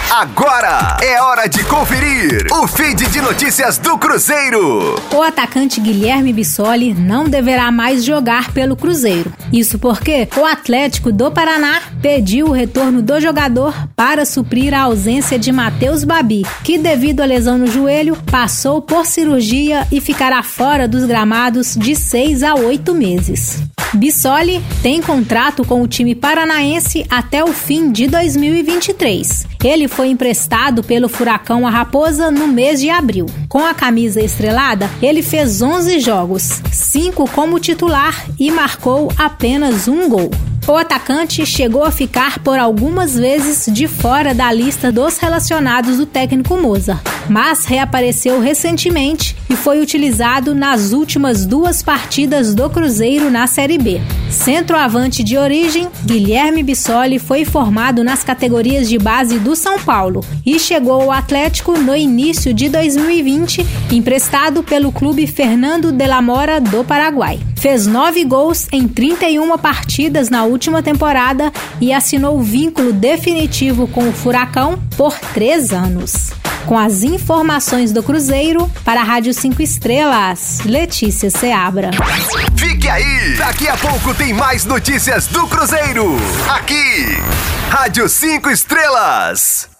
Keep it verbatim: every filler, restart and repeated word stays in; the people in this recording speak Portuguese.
Agora é hora de conferir o feed de notícias do Cruzeiro. O atacante Guilherme Bissoli não deverá mais jogar pelo Cruzeiro. Isso porque o Atlético do Paraná pediu o retorno do jogador para suprir a ausência de Matheus Babi, que devido à lesão no joelho, passou por cirurgia e ficará fora dos gramados de seis a oito meses. Bissoli tem contrato com o time paranaense até o fim de dois mil e vinte e três. Ele foi emprestado pelo Furacão à Raposa no mês de abril. Com a camisa estrelada, ele fez onze jogos, cinco como titular e marcou apenas um gol. O atacante chegou a ficar por algumas vezes de fora da lista dos relacionados do técnico Moza, mas reapareceu recentemente e foi utilizado nas últimas duas partidas do Cruzeiro na Série B. Centroavante de origem, Guilherme Bissoli foi formado nas categorias de base do São Paulo e chegou ao Atlético no início de dois mil e vinte, emprestado pelo clube Fernando de la Mora do Paraguai. Fez nove gols em trinta e uma partidas na última temporada e assinou vínculo definitivo com o Furacão por três anos. Com as informações do Cruzeiro, para a Rádio cinco Estrelas, Letícia Seabra. Fique aí! Daqui a pouco tem mais notícias do Cruzeiro. Aqui, Rádio cinco Estrelas.